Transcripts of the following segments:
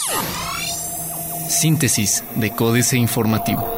Síntesis de Códice Informativo.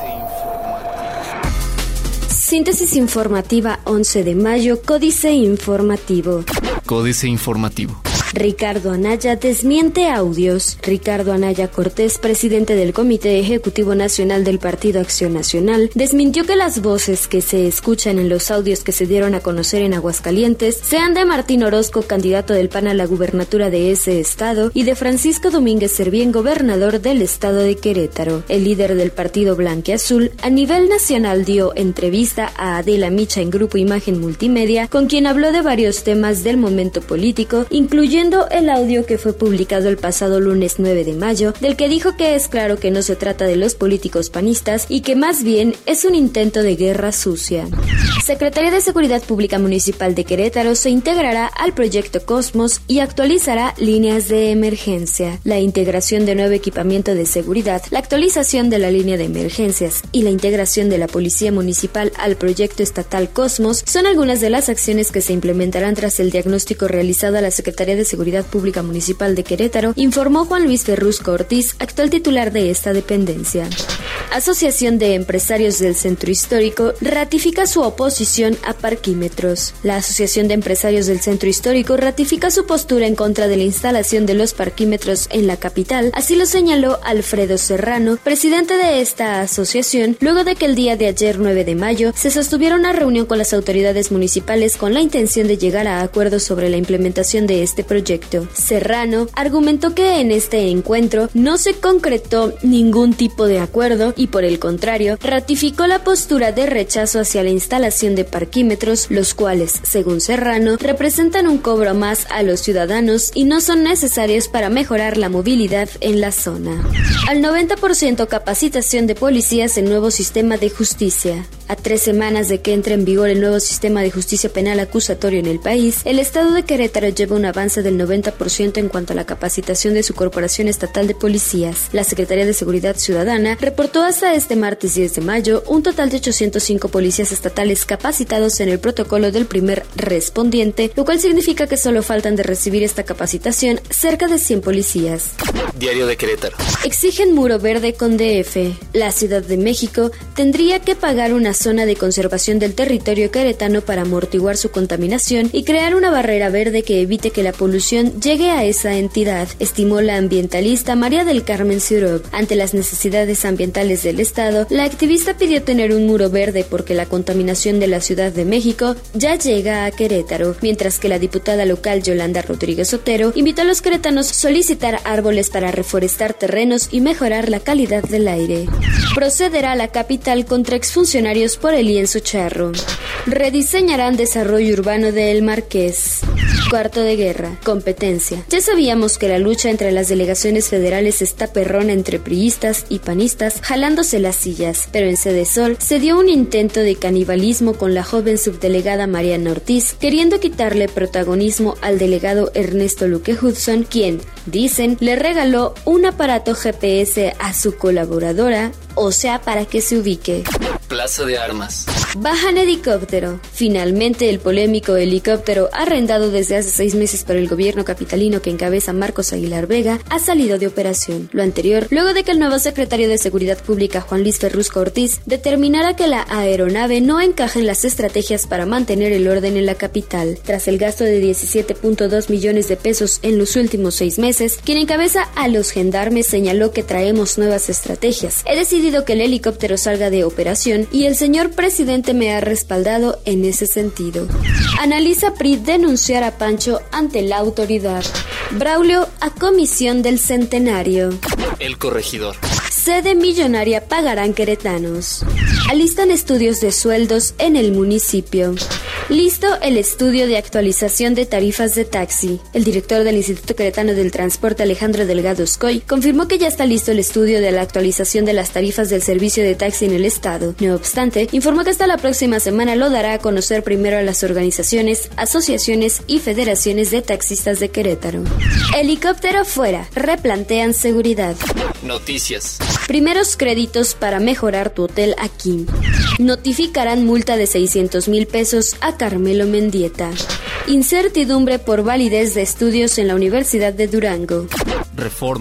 Síntesis informativa 11 de mayo, Códice Informativo. Códice Informativo. Ricardo Anaya desmiente audios. Ricardo Anaya Cortés, presidente del Comité Ejecutivo Nacional del Partido Acción Nacional, desmintió que las voces que se escuchan en los audios que se dieron a conocer en Aguascalientes sean de Martín Orozco, candidato del PAN a la gubernatura de ese estado, y de Francisco Domínguez Servién, gobernador del estado de Querétaro. El líder del partido blanquiazul a nivel nacional dio entrevista a Adela Micha en Grupo Imagen Multimedia, con quien habló de varios temas del momento político, incluyendo el audio que fue publicado el pasado lunes 9 de mayo, del que dijo que es claro que no se trata de los políticos panistas y que más bien es un intento de guerra sucia. Secretaría de Seguridad Pública Municipal de Querétaro se integrará al proyecto Cosmos y actualizará líneas de emergencia. La integración de nuevo equipamiento de seguridad, la actualización de la línea de emergencias y la integración de la Policía Municipal al proyecto estatal Cosmos son algunas de las acciones que se implementarán tras el diagnóstico realizado a la Secretaría de Seguridad Pública Municipal de Querétaro, informó Juan Luis Ferrusco Ortiz, actual titular de esta dependencia. Asociación de Empresarios del Centro Histórico ratifica su oposición a parquímetros. La Asociación de Empresarios del Centro Histórico ratifica su postura en contra de la instalación de los parquímetros en la capital, así lo señaló Alfredo Serrano, presidente de esta asociación, luego de que el día de ayer 9 de mayo se sostuviera una reunión con las autoridades municipales con la intención de llegar a acuerdos sobre la implementación de este proyecto. Serrano argumentó que en este encuentro no se concretó ningún tipo de acuerdo y, por el contrario, ratificó la postura de rechazo hacia la instalación de parquímetros, los cuales, según Serrano, representan un cobro más a los ciudadanos y no son necesarios para mejorar la movilidad en la zona. Al 90% capacitación de policías en nuevo sistema de justicia. A 3 semanas de que entre en vigor el nuevo sistema de justicia penal acusatorio en el país, el estado de Querétaro lleva un avance del 90% en cuanto a la capacitación de su Corporación Estatal de Policías. La Secretaría de Seguridad Ciudadana reportó hasta este martes 10 de mayo un total de 805 policías estatales capacitados en el protocolo del primer respondiente, lo cual significa que solo faltan de recibir esta capacitación cerca de 100 policías. Diario de Querétaro. Exigen muro verde con DF. La Ciudad de México tendría que pagar una zona de conservación del territorio queretano para amortiguar su contaminación y crear una barrera verde que evite que la polución llegue a esa entidad, estimó la ambientalista María del Carmen Sirob. Ante las necesidades ambientales del estado, la activista pidió tener un muro verde porque la contaminación de la Ciudad de México ya llega a Querétaro, mientras que la diputada local Yolanda Rodríguez Otero invitó a los queretanos a solicitar árboles para reforestar terrenos y mejorar la calidad del aire. Procederá la capital contra exfuncionarios por el lienzo charro. Rediseñarán desarrollo urbano de El Marqués. Cuarto de guerra. Competencia. Ya sabíamos que la lucha entre las delegaciones federales está perrona entre priistas y panistas, jalándose las sillas, pero en Sede Sol se dio un intento de canibalismo con la joven subdelegada Mariana Ortiz, queriendo quitarle protagonismo al delegado Ernesto Luque Hudson, quien, dicen, le regaló un aparato GPS a su colaboradora, o sea, para que se ubique. Plaza de Armas. Bajan helicóptero. Finalmente, el polémico helicóptero arrendado desde hace 6 meses por el gobierno capitalino que encabeza Marcos Aguilar Vega ha salido de operación. Lo anterior, luego de que el nuevo secretario de Seguridad Pública, Juan Luis Ferrusco Ortiz, determinara que la aeronave no encaja en las estrategias para mantener el orden en la capital. Tras el gasto de 17.2 millones de pesos en los últimos 6 meses, quien encabeza a los gendarmes señaló que traemos nuevas estrategias. He decidido que el helicóptero salga de operación y el señor presidente me ha respaldado en ese sentido. Analiza PRI denunciar a Pancho ante la autoridad. Braulio a comisión del centenario. El Corregidor. Sede millonaria pagarán queretanos. Alistan estudios de sueldos en el municipio. Listo el estudio de actualización de tarifas de taxi. El director del Instituto Queretano del Transporte, Alejandro Delgado Scoy, confirmó que ya está listo el estudio de la actualización de las tarifas del servicio de taxi en el estado. No obstante, informó que hasta la próxima semana lo dará a conocer primero a las organizaciones, asociaciones y federaciones de taxistas de Querétaro. Helicóptero fuera. Replantean seguridad. Noticias. Primeros créditos para mejorar tu hotel aquí. Notificarán multa de 600,000 pesos a Carmelo Mendieta. Incertidumbre por validez de estudios en la Universidad de Durango. Reforma.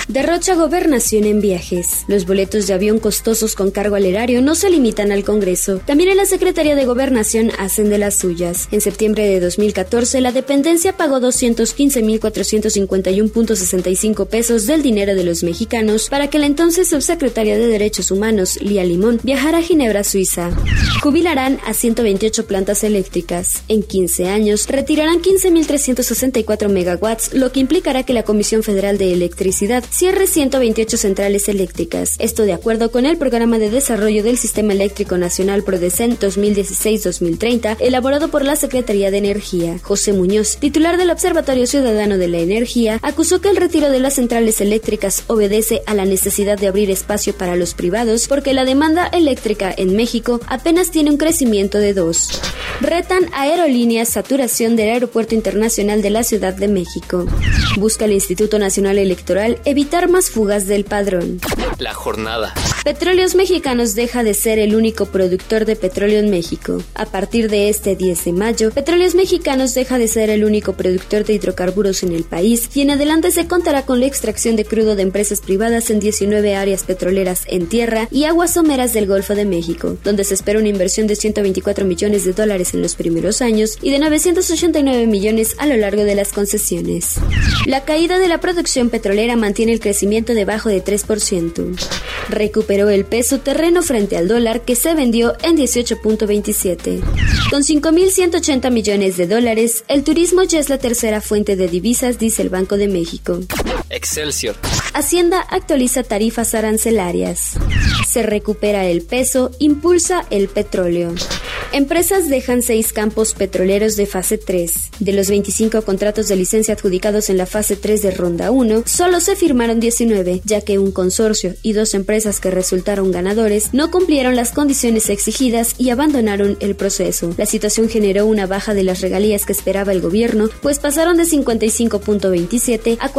Derrocha gobernación en viajes. Los boletos de avión costosos con cargo al erario no se limitan al Congreso. También en la Secretaría de Gobernación hacen de las suyas. En septiembre de 2014, la dependencia pagó 215,451.65 pesos del dinero de los mexicanos para que la entonces subsecretaria de Derechos Humanos, Lía Limón, viajara a Ginebra, Suiza. Jubilarán a 128 plantas eléctricas. En 15 años, retirarán 15.364 megawatts, lo que implicará que la Comisión Federal de Electricidad cierre 128 centrales eléctricas. Esto de acuerdo con el Programa de Desarrollo del Sistema Eléctrico Nacional PRODECEN 2016-2030, elaborado por la Secretaría de Energía. José Muñoz, titular del Observatorio Ciudadano de la Energía, acusó que el retiro de las centrales eléctricas obedece a la necesidad de abrir espacio para los privados porque la demanda eléctrica en México apenas tiene un crecimiento de 2. Retan a aerolíneas saturación del Aeropuerto Internacional de la Ciudad de México. Busca el Instituto Nacional Electoral evitar más fugas del padrón. La jornada. Petróleos Mexicanos deja de ser el único productor de petróleo en México. A partir de este 10 de mayo, Petróleos Mexicanos deja de ser el único productor de hidrocarburos en el país y en adelante se contará con la extracción de crudo de empresas privadas en 19 áreas petroleras en tierra y aguas someras del Golfo de México, donde se espera una inversión de $124 millones en los primeros años y de 989 millones a lo largo de las concesiones. La caída de la producción petrolera mantiene el crecimiento debajo de 3%. Recuperó el peso terreno frente al dólar que se vendió en 18.27. Con 5.180 millones de dólares, el turismo ya es la tercera fuente de divisas, dice el Banco de México. Excelsior. Hacienda actualiza tarifas arancelarias. Se recupera el peso, impulsa el petróleo. Empresas dejan 6 campos petroleros de fase 3. De los 25 contratos de licencia adjudicados en la fase 3 de ronda 1, solo se firmaron 19, ya que un consorcio y 2 empresas que resultaron ganadores no cumplieron las condiciones exigidas y abandonaron el proceso. La situación generó una baja de las regalías que esperaba el gobierno, pues pasaron de 55.27 a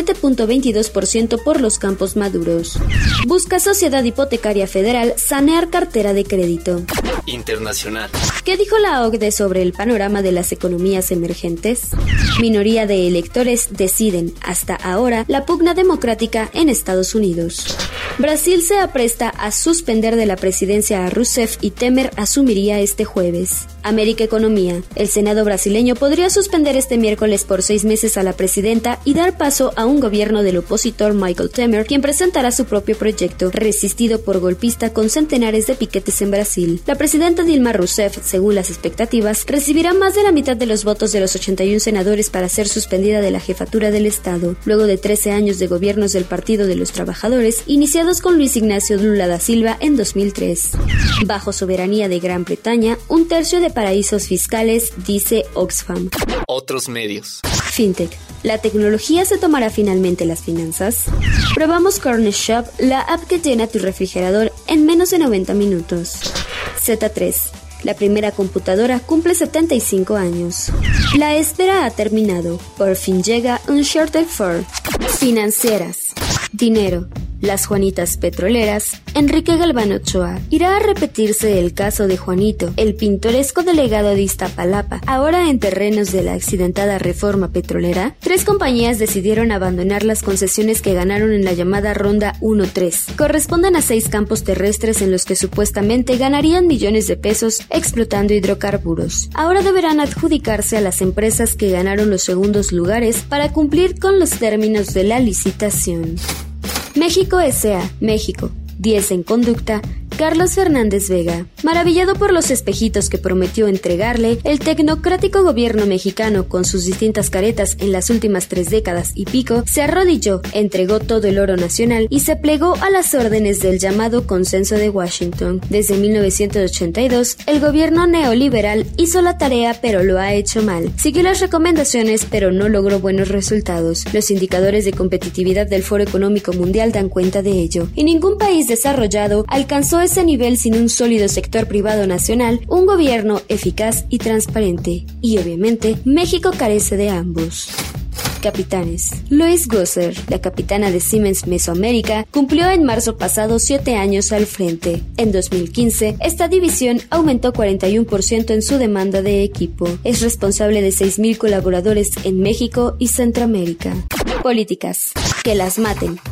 47.22% por los campos maduros. Busca Sociedad Hipotecaria Federal sanear cartera de crédito. Internacional. ¿Qué dijo la OCDE sobre el panorama de las economías emergentes? Minoría de electores deciden, hasta ahora, la pugna democrática en Estados Unidos. Brasil se apresta a suspender de la presidencia a Rousseff y Temer asumiría este jueves. América Economía. El Senado brasileño podría suspender este miércoles por 6 meses a la presidenta y dar paso a un gobierno del opositor Michael Temer, quien presentará su propio proyecto, resistido por golpista con centenares de piquetes en Brasil. La presidenta Dilma Rousseff, según las expectativas, recibirá más de la mitad de los votos de los 81 senadores para ser suspendida de la jefatura del Estado, luego de 13 años de gobiernos del Partido de los Trabajadores, iniciados con Luis Ignacio Lula da Silva en 2003. Bajo soberanía de Gran Bretaña, 1/3 de paraísos fiscales, dice Oxfam. Otros medios. Fintech. ¿La tecnología se tomará finalmente las finanzas? Probamos Corner Shop, la app que llena tu refrigerador en menos de 90 minutos. Z3. La primera computadora cumple 75 años. La espera ha terminado. Por fin llega Uncharted 4. Financieras. Dinero. Las Juanitas Petroleras, Enrique Galván Ochoa. Irá a repetirse el caso de Juanito, el pintoresco delegado de Iztapalapa, ahora en terrenos de la accidentada reforma petrolera. 3 compañías decidieron abandonar las concesiones que ganaron en la llamada Ronda 1-3. Corresponden a 6 campos terrestres en los que supuestamente ganarían millones de pesos explotando hidrocarburos. Ahora deberán adjudicarse a las empresas que ganaron los segundos lugares para cumplir con los términos de la licitación. México S.A. México. 10 en conducta. Carlos Fernández Vega. Maravillado por los espejitos que prometió entregarle, el tecnocrático gobierno mexicano, con sus distintas caretas en las últimas 3 décadas y pico, se arrodilló, entregó todo el oro nacional y se plegó a las órdenes del llamado Consenso de Washington. Desde 1982, el gobierno neoliberal hizo la tarea pero lo ha hecho mal. Siguió las recomendaciones pero no logró buenos resultados. Los indicadores de competitividad del Foro Económico Mundial dan cuenta de ello. Y ningún país desarrollado alcanzó ese nivel sin un sólido sector privado nacional, un gobierno eficaz y transparente. Y obviamente, México carece de ambos. Capitanes. Lois Gosser, la capitana de Siemens Mesoamérica, cumplió en marzo pasado 7 años al frente. En 2015, esta división aumentó 41% en su demanda de equipo. Es responsable de 6,000 colaboradores en México y Centroamérica. Políticas. Que las maten.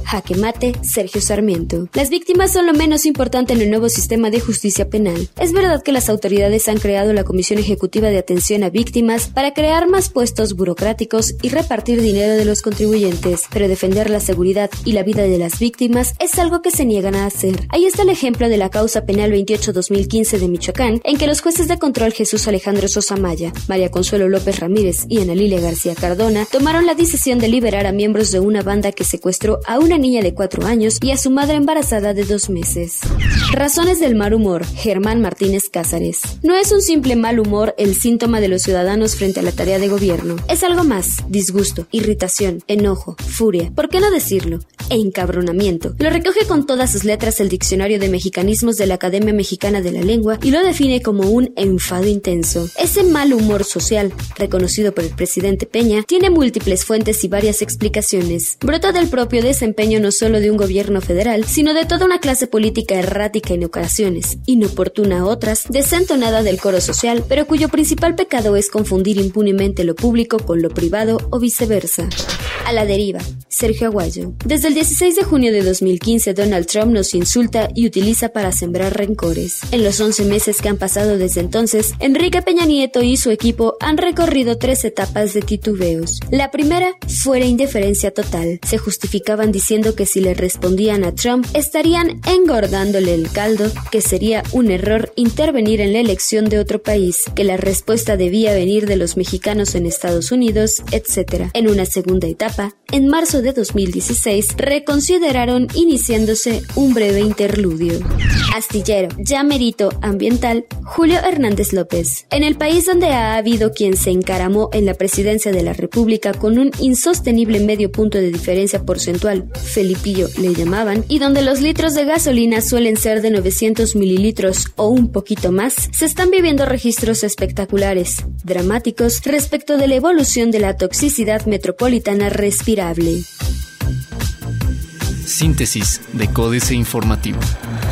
Jaque mate, Sergio Sarmiento. Las víctimas son lo menos importante en el nuevo sistema de justicia penal. Es verdad que las autoridades han creado la Comisión Ejecutiva de Atención a Víctimas para crear más puestos burocráticos y repartir dinero de los contribuyentes, pero defender la seguridad y la vida de las víctimas es algo que se niegan a hacer. Ahí está el ejemplo de la causa penal 28-2015 de Michoacán, en que los jueces de control Jesús Alejandro Sosa Maya, María Consuelo López Ramírez y Ana Lilia García Cardona tomaron la decisión de liberar a miembros de una banda que secuestró a una niña de 4 años y a su madre embarazada de 2 meses. Razones del mal humor, Germán Martínez Cázares. No es un simple mal humor el síntoma de los ciudadanos frente a la tarea de gobierno. Es algo más: disgusto, irritación, enojo, furia, ¿por qué no decirlo?, e encabronamiento. Lo recoge con todas sus letras el Diccionario de Mexicanismos de la Academia Mexicana de la Lengua y lo define como un enfado intenso. Ese mal humor social, reconocido por el presidente Peña, tiene múltiples fuentes y varias explicaciones. Brota del propio desempeño no solo de un gobierno federal, sino de toda una clase política errática en ocasiones, inoportuna a otras, desentonada del coro social, pero cuyo principal pecado es confundir impunemente lo público con lo privado o viceversa. A la deriva, Sergio Aguayo. Desde el 16 de junio de 2015, Donald Trump nos insulta y utiliza para sembrar rencores. En los 11 meses que han pasado desde entonces, Enrique Peña Nieto y su equipo han recorrido 3 etapas de titubeos. La primera fue la indiferencia total. Se justificaban diciendo que si le respondían a Trump, estarían engordándole el caldo, que sería un error intervenir en la elección de otro país, que la respuesta debía venir de los mexicanos en Estados Unidos, etc. En una segunda etapa, en marzo de 2016, reconsideraron iniciándose un breve interludio. Astillero, ya merito ambiental, Julio Hernández López. En el país donde ha habido quien se encaramó en la presidencia de la República con un insostenible medio punto de diferencia porcentual, Felipillo le llamaban, y donde los litros de gasolina suelen ser de 900 mililitros o un poquito más, se están viviendo registros espectaculares, dramáticos, respecto de la evolución de la toxicidad metropolitana respirable. Síntesis de Códice Informativo.